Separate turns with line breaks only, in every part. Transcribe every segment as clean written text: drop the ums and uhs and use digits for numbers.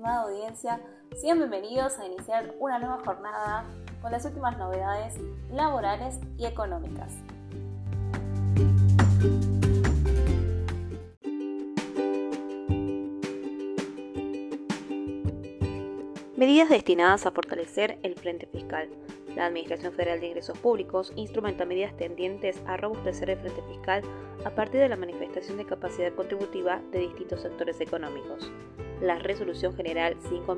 estimada audiencia, sean bienvenidos a iniciar una nueva jornada con las últimas novedades laborales y económicas.
Medidas destinadas a fortalecer el frente fiscal. La Administración Federal de Ingresos Públicos instrumenta medidas tendientes a robustecer el frente fiscal a partir de la manifestación de capacidad contributiva de distintos sectores económicos. La Resolución General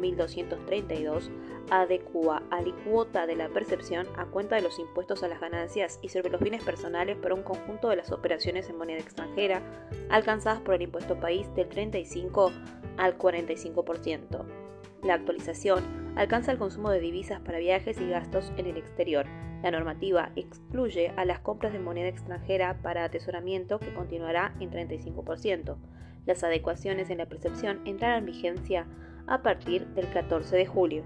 5232 adecua alícuota de la percepción a cuenta de los impuestos a las ganancias y sobre los bienes personales para un conjunto de las operaciones en moneda extranjera alcanzadas por el impuesto país del 35 al 45%. La actualización alcanza el consumo de divisas para viajes y gastos en el exterior. La normativa excluye a las compras de moneda extranjera para atesoramiento, que continuará en 35%. Las adecuaciones en la percepción entrarán en vigencia a partir del 14 de julio.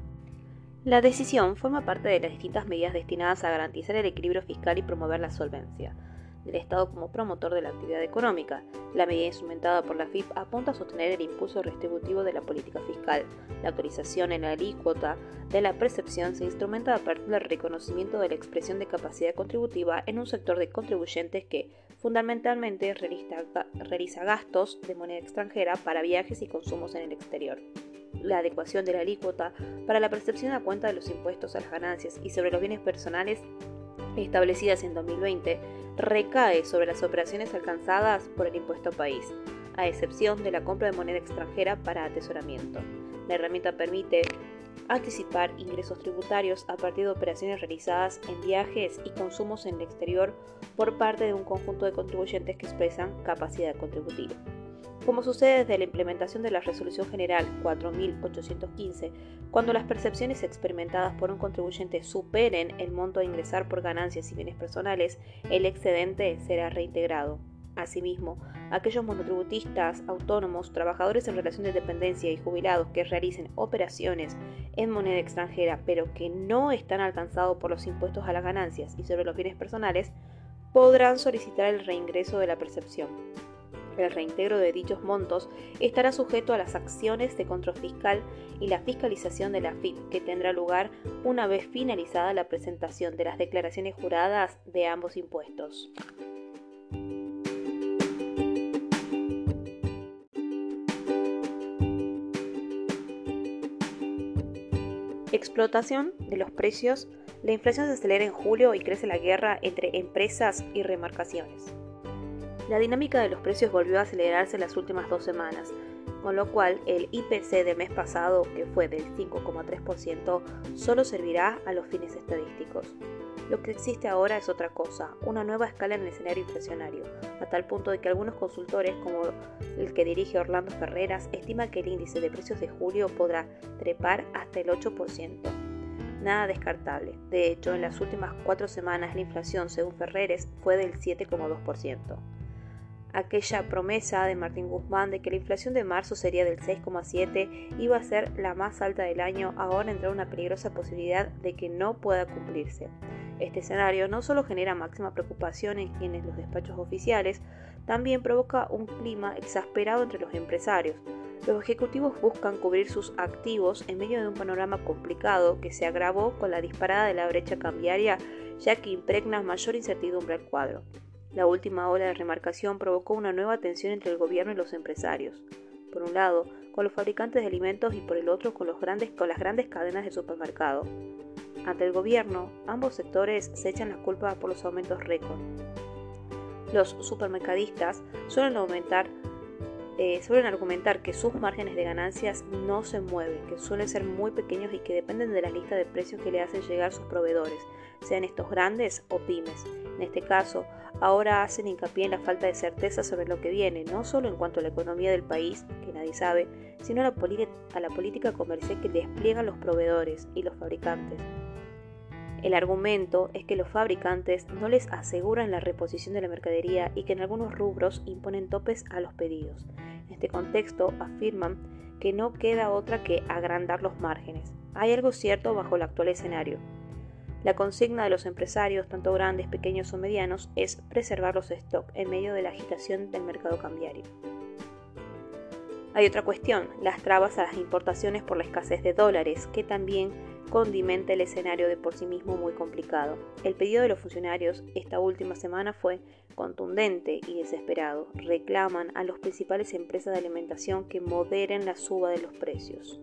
La decisión forma parte de las distintas medidas destinadas a garantizar el equilibrio fiscal y promover la solvencia del Estado como promotor de la actividad económica. La medida instrumentada por la AFIP apunta a sostener el impulso redistributivo de la política fiscal. La actualización en la alícuota de la percepción se instrumenta a partir del reconocimiento de la expresión de capacidad contributiva en un sector de contribuyentes que, fundamentalmente, realiza gastos de moneda extranjera para viajes y consumos en el exterior. La adecuación de la alícuota para la percepción a cuenta de los impuestos a las ganancias y sobre los bienes personales establecidas en 2020 recae sobre las operaciones alcanzadas por el impuesto país, a excepción de la compra de moneda extranjera para atesoramiento. La herramienta permite anticipar ingresos tributarios a partir de operaciones realizadas en viajes y consumos en el exterior por parte de un conjunto de contribuyentes que expresan capacidad contributiva. Como sucede desde la implementación de la Resolución General 4815, cuando las percepciones experimentadas por un contribuyente superen el monto a ingresar por ganancias y bienes personales, el excedente será reintegrado. Asimismo, aquellos monotributistas, autónomos, trabajadores en relación de dependencia y jubilados que realicen operaciones en moneda extranjera pero que no están alcanzados por los impuestos a las ganancias y sobre los bienes personales, podrán solicitar el reingreso de la percepción. El reintegro de dichos montos estará sujeto a las acciones de control fiscal y la fiscalización de la AFIP, que tendrá lugar una vez finalizada la presentación de las declaraciones juradas de ambos impuestos. Explotación de los precios. La inflación se acelera en julio y crece la guerra entre empresas y remarcaciones. La dinámica de los precios volvió a acelerarse en las últimas 2 semanas, con lo cual el IPC del mes pasado, que fue del 5,3%, solo servirá a los fines estadísticos. Lo que existe ahora es otra cosa, una nueva escala en el escenario inflacionario, a tal punto de que algunos consultores, como el que dirige Orlando Ferreras, estiman que el índice de precios de julio podrá trepar hasta el 8%. Nada descartable. De hecho, en las últimas 4 semanas la inflación, según Ferreres, fue del 7,2%. Aquella promesa de Martín Guzmán de que la inflación de marzo sería del 6,7% iba a ser la más alta del año, ahora entra una peligrosa posibilidad de que no pueda cumplirse. Este escenario no solo genera máxima preocupación en quienes los despachos oficiales, también provoca un clima exasperado entre los empresarios. Los ejecutivos buscan cubrir sus activos en medio de un panorama complicado que se agravó con la disparada de la brecha cambiaria, ya que impregna mayor incertidumbre al cuadro. La última ola de remarcación provocó una nueva tensión entre el gobierno y los empresarios. Por un lado, con los fabricantes de alimentos y por el otro con las grandes cadenas de supermercado. Ante el gobierno, ambos sectores se echan la culpa por los aumentos récord. Los supermercadistas suelen argumentar que sus márgenes de ganancias no se mueven, que suelen ser muy pequeños y que dependen de la lista de precios que le hacen llegar sus proveedores, sean estos grandes o pymes. En este caso, ahora hacen hincapié en la falta de certeza sobre lo que viene, no solo en cuanto a la economía del país, que nadie sabe, sino a la política comercial que despliegan los proveedores y los fabricantes. El argumento es que los fabricantes no les aseguran la reposición de la mercadería y que en algunos rubros imponen topes a los pedidos. En este contexto afirman que no queda otra que agrandar los márgenes. Hay algo cierto bajo el actual escenario. La consigna de los empresarios, tanto grandes, pequeños o medianos, es preservar los stocks en medio de la agitación del mercado cambiario. Hay otra cuestión, las trabas a las importaciones por la escasez de dólares, que también condimenta el escenario de por sí mismo muy complicado. El pedido de los funcionarios esta última semana fue contundente y desesperado. Reclaman a las principales empresas de alimentación que moderen la suba de los precios.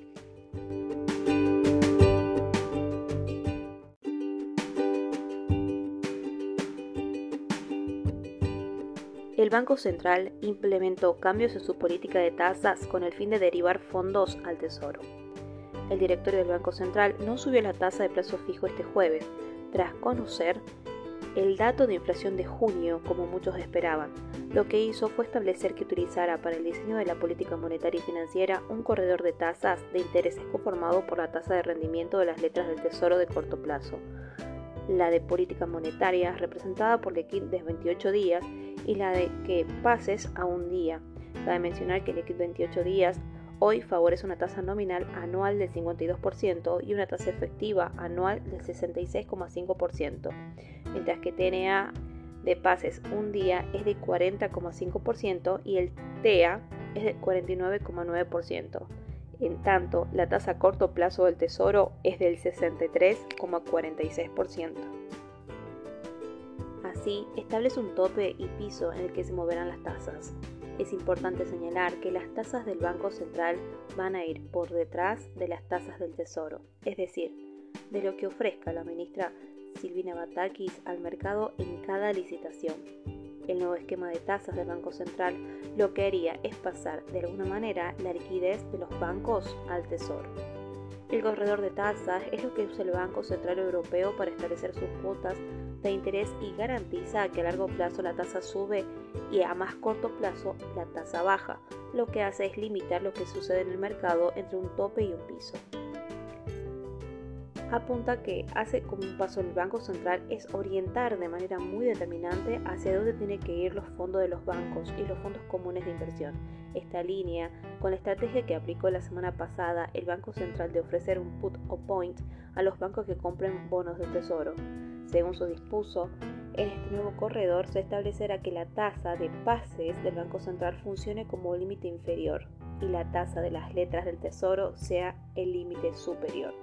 El Banco Central implementó cambios en su política de tasas con el fin de derivar fondos al Tesoro. El directorio del Banco Central no subió la tasa de plazo fijo este jueves, tras conocer el dato de inflación de junio, como muchos esperaban. Lo que hizo fue establecer que utilizara para el diseño de la política monetaria y financiera un corredor de tasas de intereses conformado por la tasa de rendimiento de las letras del Tesoro de corto plazo, la de política monetaria, representada por liquid de 28 días, y la de que pases a un día. Cabe mencionar que el liquid 28 días hoy favorece una tasa nominal anual del 52% y una tasa efectiva anual del 66,5%, mientras que TNA de pases un día es de 40,5% y el TEA es de 49,9%. En tanto, la tasa a corto plazo del Tesoro es del 63,46%. Así, establece un tope y piso en el que se moverán las tasas. Es importante señalar que las tasas del Banco Central van a ir por detrás de las tasas del Tesoro, es decir, de lo que ofrezca la ministra Silvina Batakis al mercado en cada licitación. El nuevo esquema de tasas del Banco Central lo que haría es pasar de alguna manera la liquidez de los bancos al Tesoro. El corredor de tasas es lo que usa el Banco Central Europeo para establecer sus cuotas de interés y garantiza que a largo plazo la tasa sube y a más corto plazo la tasa baja. Lo que hace es limitar lo que sucede en el mercado entre un tope y un piso. Apunta que hace como un paso el Banco Central es orientar de manera muy determinante hacia dónde tienen que ir los fondos de los bancos y los fondos comunes de inversión. Esta línea con la estrategia que aplicó la semana pasada el Banco Central de ofrecer un put o point a los bancos que compren bonos del Tesoro. Según se dispuso, en este nuevo corredor se establecerá que la tasa de pases del Banco Central funcione como límite inferior y la tasa de las letras del Tesoro sea el límite superior.